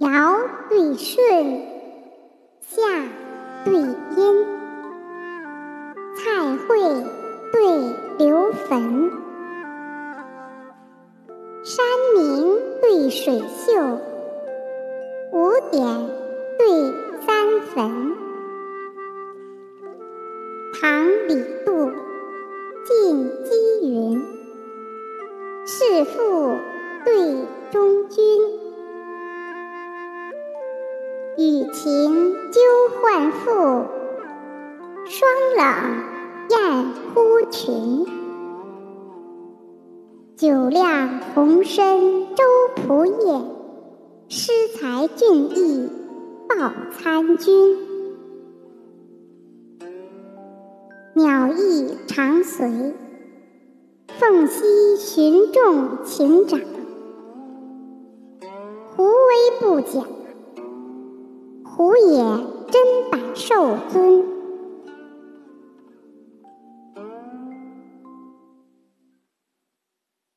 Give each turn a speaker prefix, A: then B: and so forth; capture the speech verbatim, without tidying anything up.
A: 尧对舜，夏对殷，蔡惠对刘汾，山明对水秀，五典对三坟。唐李杜晋姬云，弑父对忠君，与情纠患妇，霜冷艳忽群。酒量同参周仆射，诗才俊逸报参军。鸟翼常随，凤栖寻众禽长。胡威不假，胡也砧板受尊。